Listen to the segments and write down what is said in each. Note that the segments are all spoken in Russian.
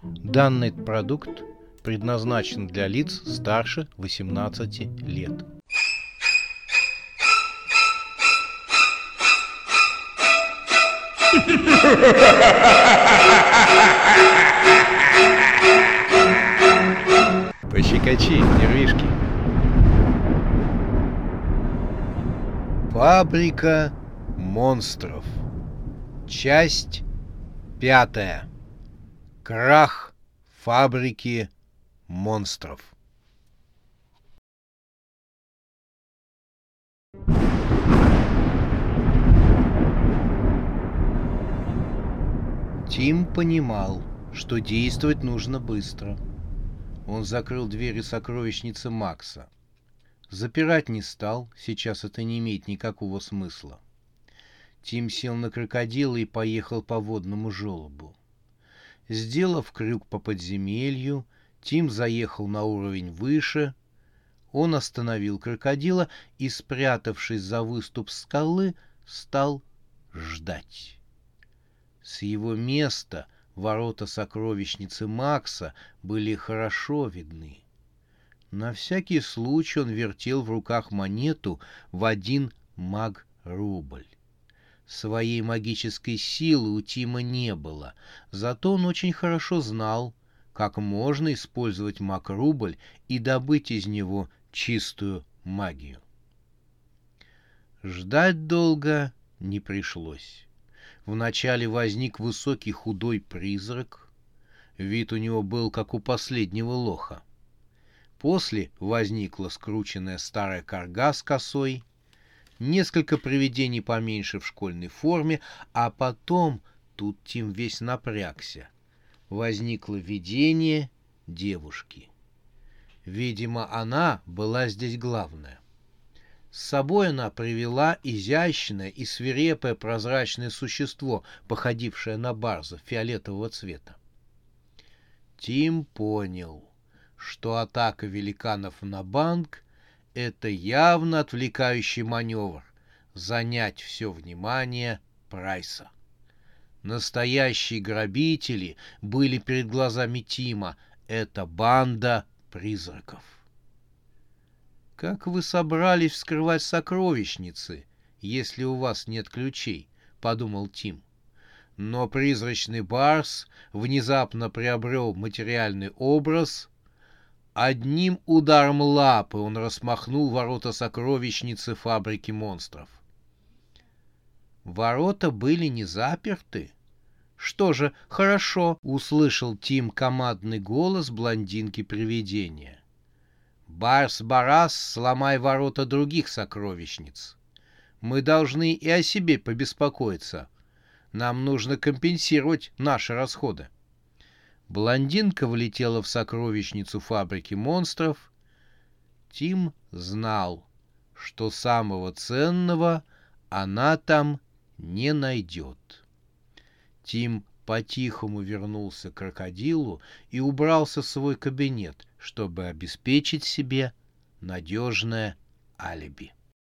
Данный продукт предназначен для лиц старше 18 лет. Пощекочи нервишки. Фабрика монстров. Часть 5. Крах фабрики монстров. Тим понимал, что действовать нужно быстро. Он закрыл двери сокровищницы Макса. Запирать не стал, сейчас это не имеет никакого смысла. Тим сел на крокодила и поехал по водному желобу. Сделав крюк по подземелью, Тим заехал на уровень выше. Он остановил крокодила и, спрятавшись за выступ скалы, стал ждать. С его места ворота сокровищницы Макса были хорошо видны. На всякий случай он вертел в руках монету в 1 маг-рубль. Своей магической силы у Тима не было, зато он очень хорошо знал, как можно использовать маг-рубль и добыть из него чистую магию. Ждать долго не пришлось. Вначале возник высокий худой призрак. Вид у него был, как у последнего лоха. После возникла скрученная старая карга с косой, несколько привидений поменьше в школьной форме, а потом, тут Тим весь напрягся, возникло видение девушки. Видимо, она была здесь главная. С собой она привела изящное и свирепое прозрачное существо, походившее на барса фиолетового цвета. Тим понял, что атака великанов на банк — это явно отвлекающий маневр, занять все внимание Прайса. Настоящие грабители были перед глазами Тима. Это банда призраков. «Как вы собрались вскрывать сокровищницы, если у вас нет ключей?» — подумал Тим. Но призрачный барс внезапно приобрел материальный образ. Одним ударом лапы он распахнул ворота сокровищницы фабрики монстров. Ворота были не заперты. «Что же, хорошо», — услышал Тим командный голос блондинки-привидения. «Барс-барас, сломай ворота других сокровищниц. Мы должны и о себе побеспокоиться. Нам нужно компенсировать наши расходы». Блондинка влетела в сокровищницу фабрики монстров. Тим знал, что самого ценного она там не найдет. Тим по-тихому вернулся к крокодилу и убрался в свой кабинет, чтобы обеспечить себе надежное алиби.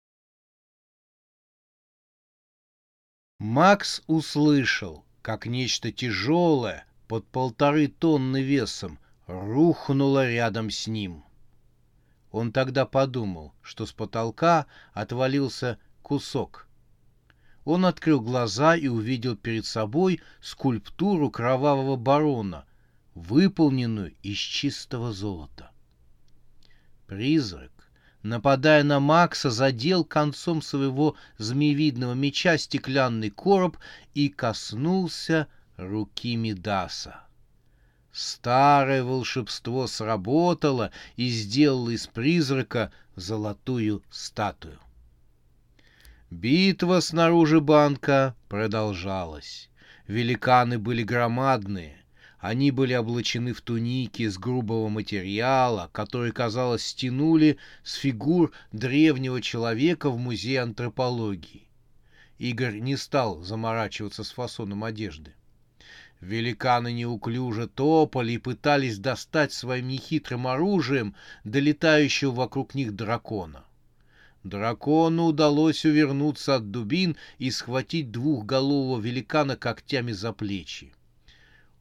Макс услышал, как нечто тяжелое под 1,5 тонны весом рухнуло рядом с ним. Он тогда подумал, что с потолка отвалился кусок. Он открыл глаза и увидел перед собой скульптуру кровавого барона, выполненную из чистого золота. Призрак, нападая на Макса, задел концом своего змеевидного меча стеклянный короб и коснулся руки Мидаса. Старое волшебство сработало и сделало из призрака золотую статую. Битва снаружи банка продолжалась. Великаны были громадные. Они были облачены в туники из грубого материала, который, казалось, стянули с фигур древнего человека в музее антропологии. Игорь не стал заморачиваться с фасоном одежды. Великаны неуклюже топали и пытались достать своим нехитрым оружием долетающего вокруг них дракона. Дракону удалось увернуться от дубин и схватить двухголового великана когтями за плечи.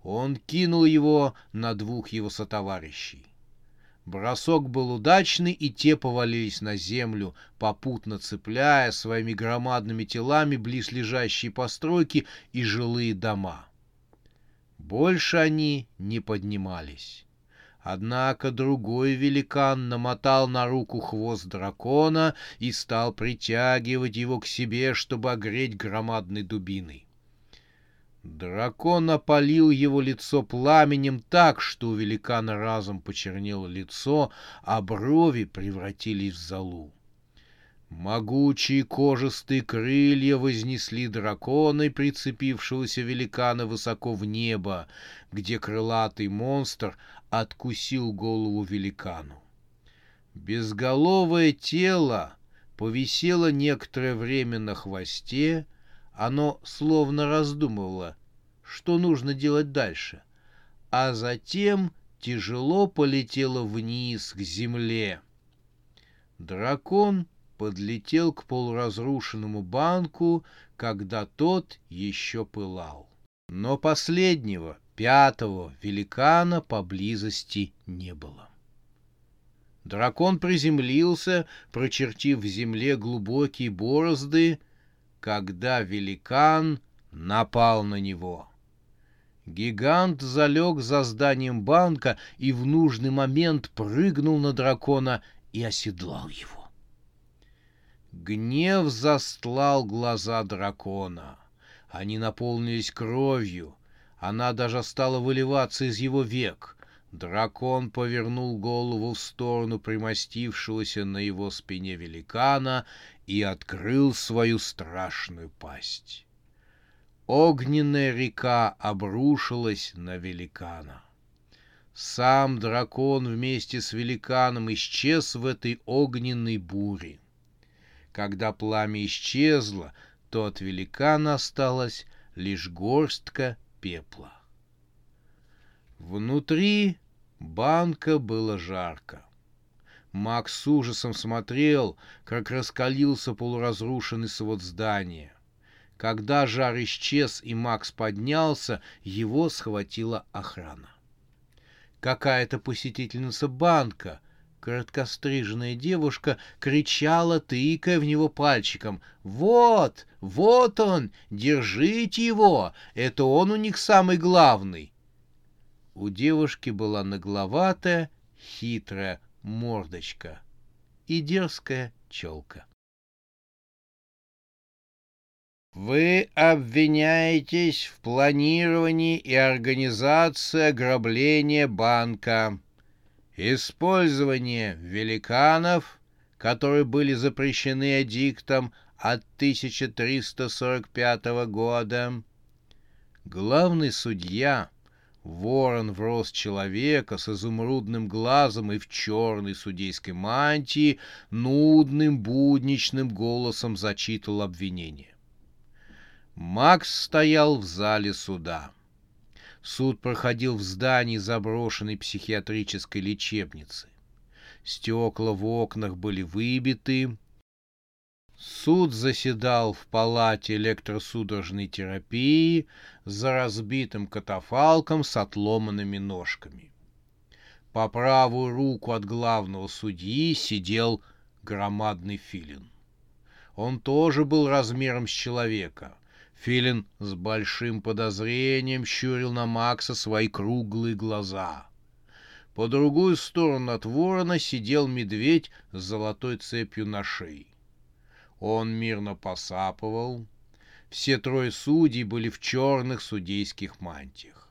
Он кинул его на двух его сотоварищей. Бросок был удачный, и те повалились на землю, попутно цепляя своими громадными телами близлежащие постройки и жилые дома. Больше они не поднимались. Однако другой великан намотал на руку хвост дракона и стал притягивать его к себе, чтобы огреть громадной дубиной. Дракон опалил его лицо пламенем так, что у великана разом почернело лицо, а брови превратились в золу. Могучие кожистые крылья вознесли дракона и прицепившегося великана высоко в небо, где крылатый монстр откусил голову великану. Безголовое тело повисело некоторое время на хвосте, оно словно раздумывало, что нужно делать дальше, а затем тяжело полетело вниз к земле. Дракон подлетел к полуразрушенному банку, когда тот еще пылал. Но последнего, пятого великана поблизости не было. Дракон приземлился, прочертив в земле глубокие борозды, когда великан напал на него. Гигант залег за зданием банка и в нужный момент прыгнул на дракона и оседлал его. Гнев застлал глаза дракона. Они наполнились кровью. Она даже стала выливаться из его век. Дракон повернул голову в сторону примостившегося на его спине великана и открыл свою страшную пасть. Огненная река обрушилась на великана. Сам дракон вместе с великаном исчез в этой огненной буре. Когда пламя исчезло, то от великана осталась лишь горстка пепла. Внутри банка было жарко. Макс с ужасом смотрел, как раскалился полуразрушенный свод здания. Когда жар исчез и Макс поднялся, его схватила охрана. Какая-то посетительница банка, короткостриженная девушка, кричала, тыкая в него пальчиком: «Вот, вот он! Держите его! Это он у них самый главный!» У девушки была нагловатая, хитрая мордочка и дерзкая челка. Вы обвиняетесь в планировании и организации ограбления банка, использовании великанов, которые были запрещены эдиктом от 1345 года. Главный судья, ворон в рост человека с изумрудным глазом и в черной судейской мантии, нудным будничным голосом зачитывал обвинение. Макс стоял в зале суда. Суд проходил в здании заброшенной психиатрической лечебницы. Стекла в окнах были выбиты. Суд заседал в палате электросудорожной терапии за разбитым катафалком с отломанными ножками. По правую руку от главного судьи сидел громадный филин. Он тоже был размером с человека. Филин с большим подозрением щурил на Макса свои круглые глаза. По другую сторону от ворона сидел медведь с золотой цепью на шее. Он мирно посапывал. Все трое судей были в черных судейских мантиях.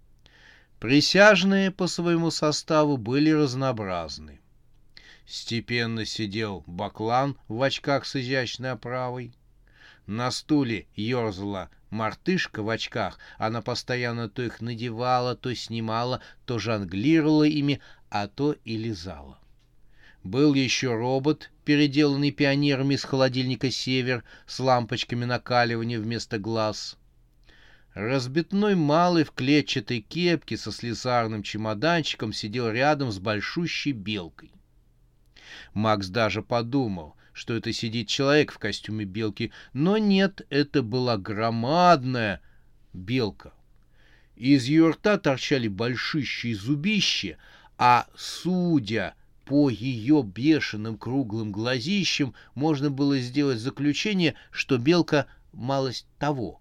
Присяжные по своему составу были разнообразны. Степенно сидел баклан в очках с изящной оправой. На стуле ерзала мартышка в очках. Она постоянно то их надевала, то снимала, то жонглировала ими, а то и лизала. Был еще робот, переделанный пионерами из холодильника «Север» с лампочками накаливания вместо глаз. Разбитной малый в клетчатой кепке со слесарным чемоданчиком сидел рядом с большущей белкой. Макс даже подумал, что это сидит человек в костюме белки, но нет, это была громадная белка. Из ее рта торчали большущие зубища, а, судя по ее бешеным круглым глазищам, можно было сделать заключение, что белка малость того.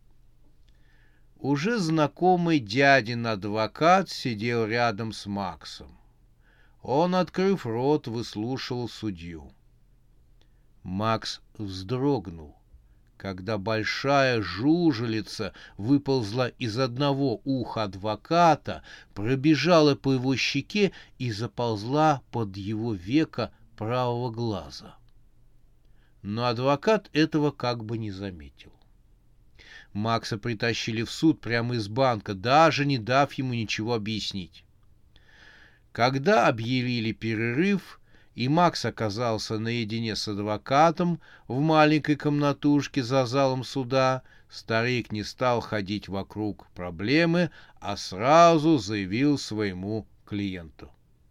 Уже знакомый дядин адвокат сидел рядом с Максом. Он, открыв рот, выслушивал судью. Макс вздрогнул, когда большая жужелица выползла из одного уха адвоката, пробежала по его щеке и заползла под его веко правого глаза. Но адвокат этого как бы не заметил. Макса притащили в суд прямо из банка, даже не дав ему ничего объяснить. Когда объявили перерыв, и Макс оказался наедине с адвокатом в маленькой комнатушке за залом суда, старик не стал ходить вокруг проблемы, а сразу заявил своему клиенту.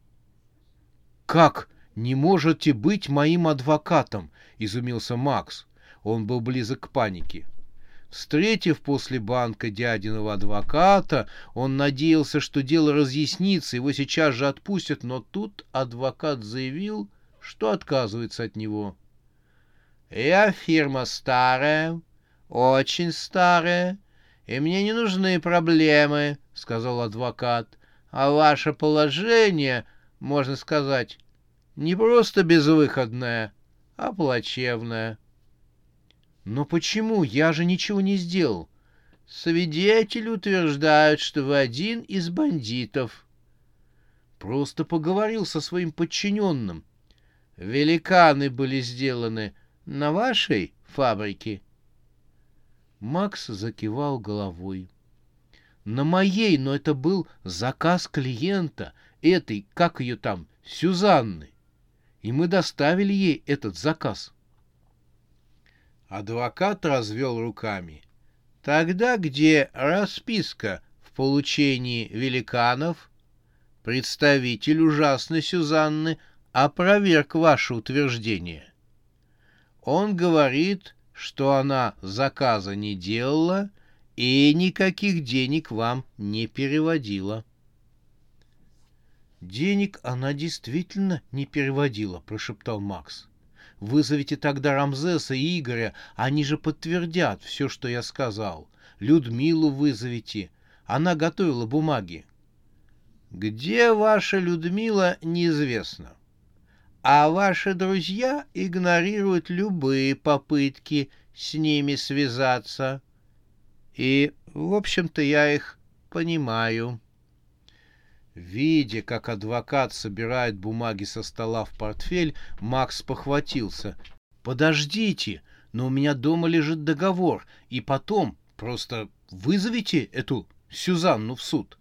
«Как не можете быть моим адвокатом?» — изумился Макс. Он был близок к панике. Встретив после банка дядиного адвоката, он надеялся, что дело разъяснится, его сейчас же отпустят, но тут адвокат заявил, что отказывается от него. «Я фирма старая, очень старая, и мне не нужны проблемы», — сказал адвокат, «а ваше положение, можно сказать, не просто безвыходное, а плачевное». «Но почему? Я же ничего не сделал». «Свидетели утверждают, что вы один из бандитов». «Просто поговорил со своим подчиненным». «Великаны были сделаны на вашей фабрике?» Макс закивал головой. «На моей, но это был заказ клиента, этой, как ее там, Сюзанны. И мы доставили ей этот заказ». Адвокат развел руками. «Тогда где расписка в получении великанов? Представитель ужасной Сюзанны опроверг ваше утверждение. Он говорит, что она заказа не делала и никаких денег вам не переводила». «Денег она действительно не переводила», — прошептал Макс. «Вызовите тогда Рамзеса и Игоря, они же подтвердят все, что я сказал. Людмилу вызовите, она готовила бумаги». «Где ваша Людмила, неизвестно. А ваши друзья игнорируют любые попытки с ними связаться. И, в общем-то, я их понимаю». Видя, как адвокат собирает бумаги со стола в портфель, Макс похватился. «Подождите, но у меня дома лежит договор, и потом просто вызовите эту Сюзанну в суд».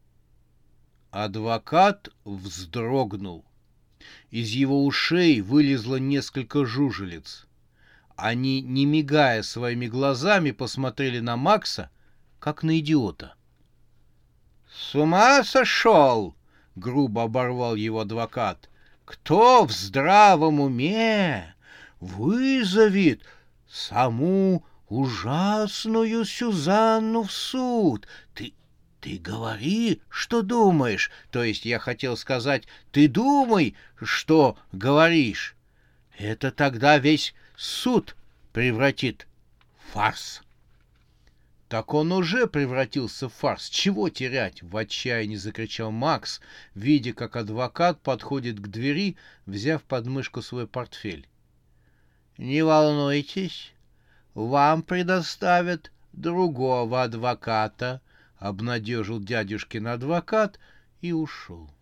Адвокат вздрогнул. Из его ушей вылезло несколько жужелиц. Они, не мигая своими глазами, посмотрели на Макса, как на идиота. «С ума сошел!» — грубо оборвал его адвокат. «Кто в здравом уме вызовет саму ужасную Сюзанну в суд? Ты говори, что думаешь. То есть я хотел сказать, ты думай, что говоришь. Это тогда весь суд превратит в фарс». «Так он уже превратился в фарс. Чего терять?» — в отчаянии закричал Макс, видя, как адвокат подходит к двери, взяв под мышку свой портфель. «Не волнуйтесь, вам предоставят другого адвоката», — обнадежил дядюшкин адвокат и ушел.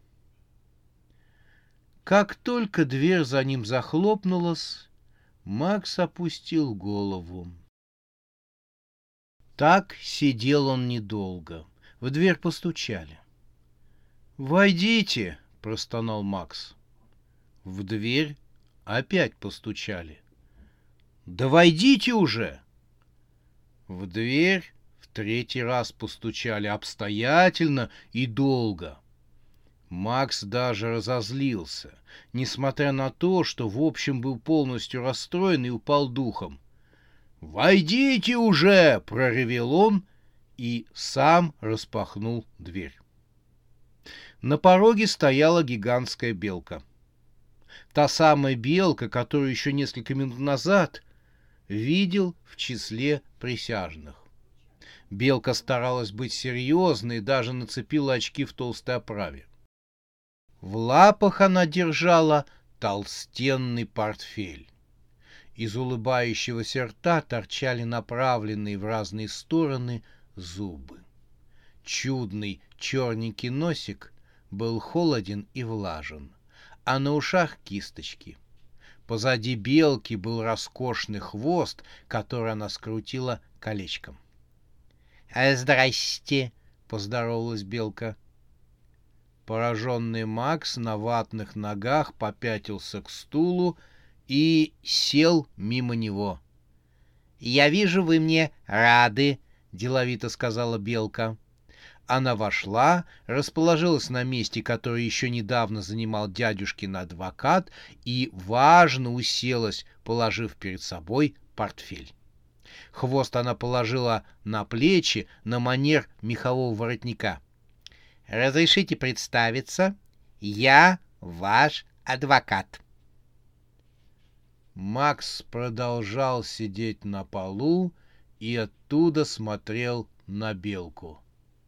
Как только дверь за ним захлопнулась, Макс опустил голову. Так сидел он недолго. В дверь постучали. «Войдите!» — простонал Макс. В дверь опять постучали. «Да войдите уже!» В дверь в третий раз постучали обстоятельно и долго. Макс даже разозлился, несмотря на то, что в общем был полностью расстроен и упал духом. «Войдите уже!» — проревел он и сам распахнул дверь. На пороге стояла гигантская белка. Та самая белка, которую еще несколько минут назад видел в числе присяжных. Белка старалась быть серьезной и даже нацепила очки в толстой оправе. В лапах она держала толстенный портфель. Из улыбающегося рта торчали направленные в разные стороны зубы. Чудный черненький носик был холоден и влажен, а на ушах кисточки. Позади белки был роскошный хвост, который она скрутила колечком. «Здрасте!» — поздоровалась белка. Пораженный Макс на ватных ногах попятился к стулу и сел мимо него. «Я вижу, вы мне рады», — деловито сказала белка. Она вошла, расположилась на месте, которое еще недавно занимал дядюшкин адвокат, и важно уселась, положив перед собой портфель. Хвост она положила на плечи на манер мехового воротника. «Разрешите представиться? Я ваш адвокат». Макс продолжал сидеть на полу и оттуда смотрел на белку.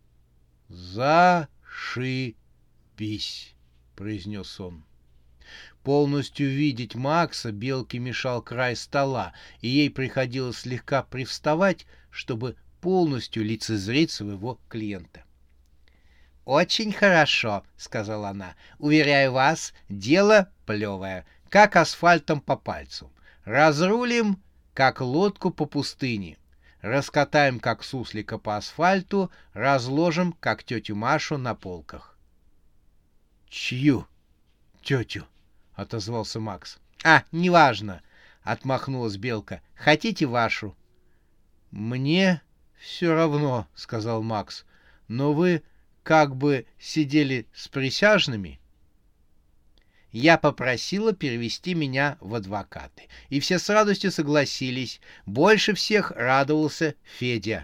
«Зашибись», — произнес он. Полностью видеть Макса белке мешал край стола, и ей приходилось слегка привставать, чтобы полностью лицезреть своего клиента. «Очень хорошо», — сказала она. «Уверяю вас, дело плевое, как асфальтом по пальцу. Разрулим, как лодку по пустыне. Раскатаем, как суслика по асфальту, разложим, как тетю Машу на полках». «Чью тетю?» — отозвался Макс. «Неважно», — отмахнулась белка. «Хотите вашу?» «Мне все равно», — сказал Макс. «Но вы как бы сидели с присяжными». Я попросила перевести меня в адвокаты, и все с радостью согласились. Больше всех радовался Федя.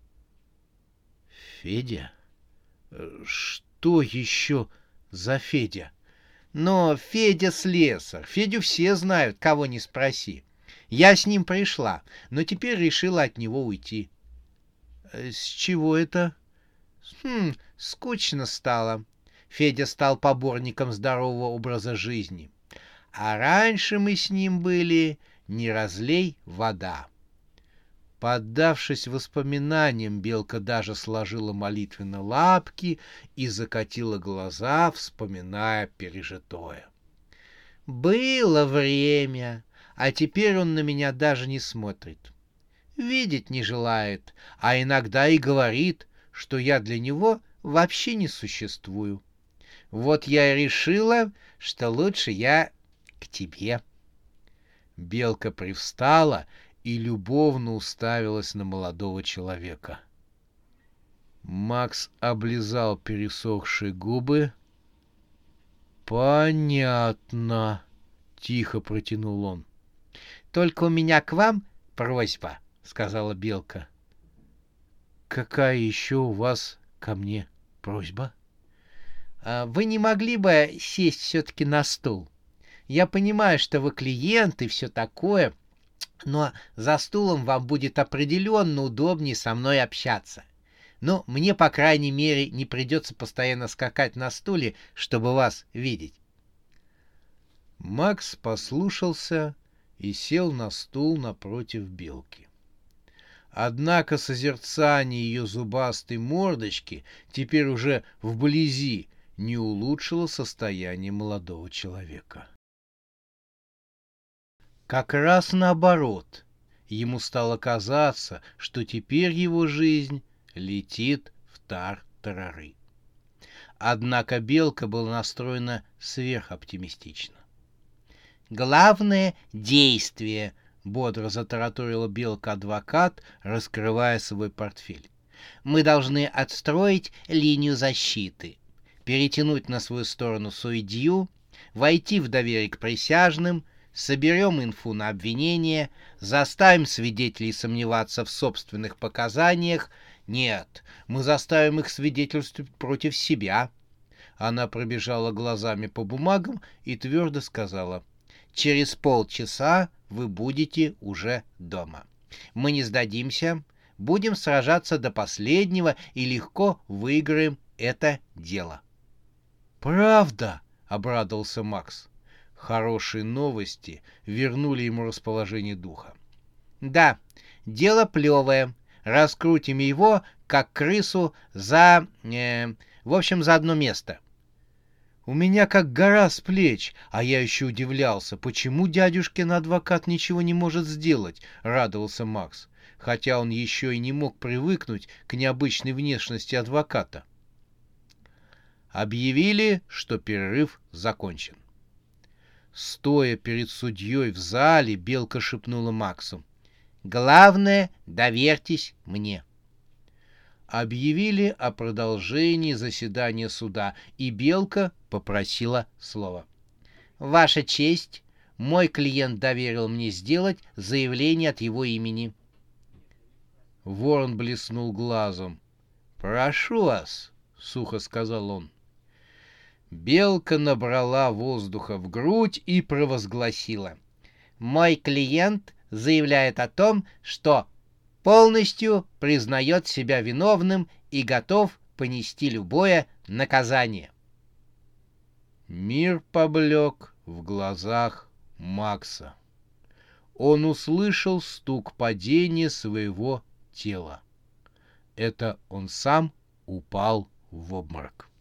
«Федя? Что еще за Федя?» «Но Федя слесарь. Федю все знают, кого не спроси. Я с ним пришла, но теперь решила от него уйти». «С чего это?» Скучно стало. Федя стал поборником здорового образа жизни. А раньше мы с ним были не разлей вода. Поддавшись воспоминаниям, белка даже сложила молитвенно лапки и закатила глаза, вспоминая пережитое. «Было время, а теперь он на меня даже не смотрит. Видеть не желает, а иногда и говорит, что я для него вообще не существую. Вот я и решила, что лучше я к тебе». Белка привстала и любовно уставилась на молодого человека. Макс облизал пересохшие губы. «Понятно», — тихо протянул он. «Только у меня к вам просьба», — сказала белка. «Какая еще у вас ко мне просьба?» «Вы не могли бы сесть все-таки на стул? Я понимаю, что вы клиент и все такое, но за стулом вам будет определенно удобнее со мной общаться. Но мне, по крайней мере, не придется постоянно скакать на стуле, чтобы вас видеть». Макс послушался и сел на стул напротив белки. Однако созерцание ее зубастой мордочки теперь уже вблизи не улучшило состояние молодого человека. Как раз наоборот, ему стало казаться, что теперь его жизнь летит в тар-тарары. Однако белка была настроена сверхоптимистично. «Главное — действие», — бодро затараторила белка-адвокат, раскрывая свой портфель. «Мы должны отстроить линию защиты, перетянуть на свою сторону судью, войти в доверие к присяжным, соберем инфу на обвинение, заставим свидетелей сомневаться в собственных показаниях, Нет, мы заставим их свидетельствовать против себя. Она пробежала глазами по бумагам и твердо сказала: через полчаса вы будете уже дома. Мы не сдадимся, будем сражаться до последнего и легко выиграем это дело. «Правда?» — обрадовался Макс. Хорошие новости вернули ему расположение духа. «Да, дело плевое. Раскрутим его, как крысу, за одно место». У меня как гора с плеч, а я еще удивлялся, почему дядюшкин адвокат ничего не может сделать, радовался Макс, хотя он еще и не мог привыкнуть к необычной внешности адвоката. Объявили, что перерыв закончен. Стоя перед судьей в зале, Белка шепнула Максу: «Главное, доверьтесь мне». Объявили о продолжении заседания суда, и Белка попросила слова. «Ваша честь, мой клиент доверил мне сделать заявление от его имени». Ворон блеснул глазом. «Прошу вас», — сухо сказал он. Белка набрала воздуха в грудь и провозгласила: «Мой клиент заявляет о том, что полностью признает себя виновным и готов понести любое наказание». Мир поблек в глазах Макса. Он услышал стук падения своего тела. Это он сам упал в обморок.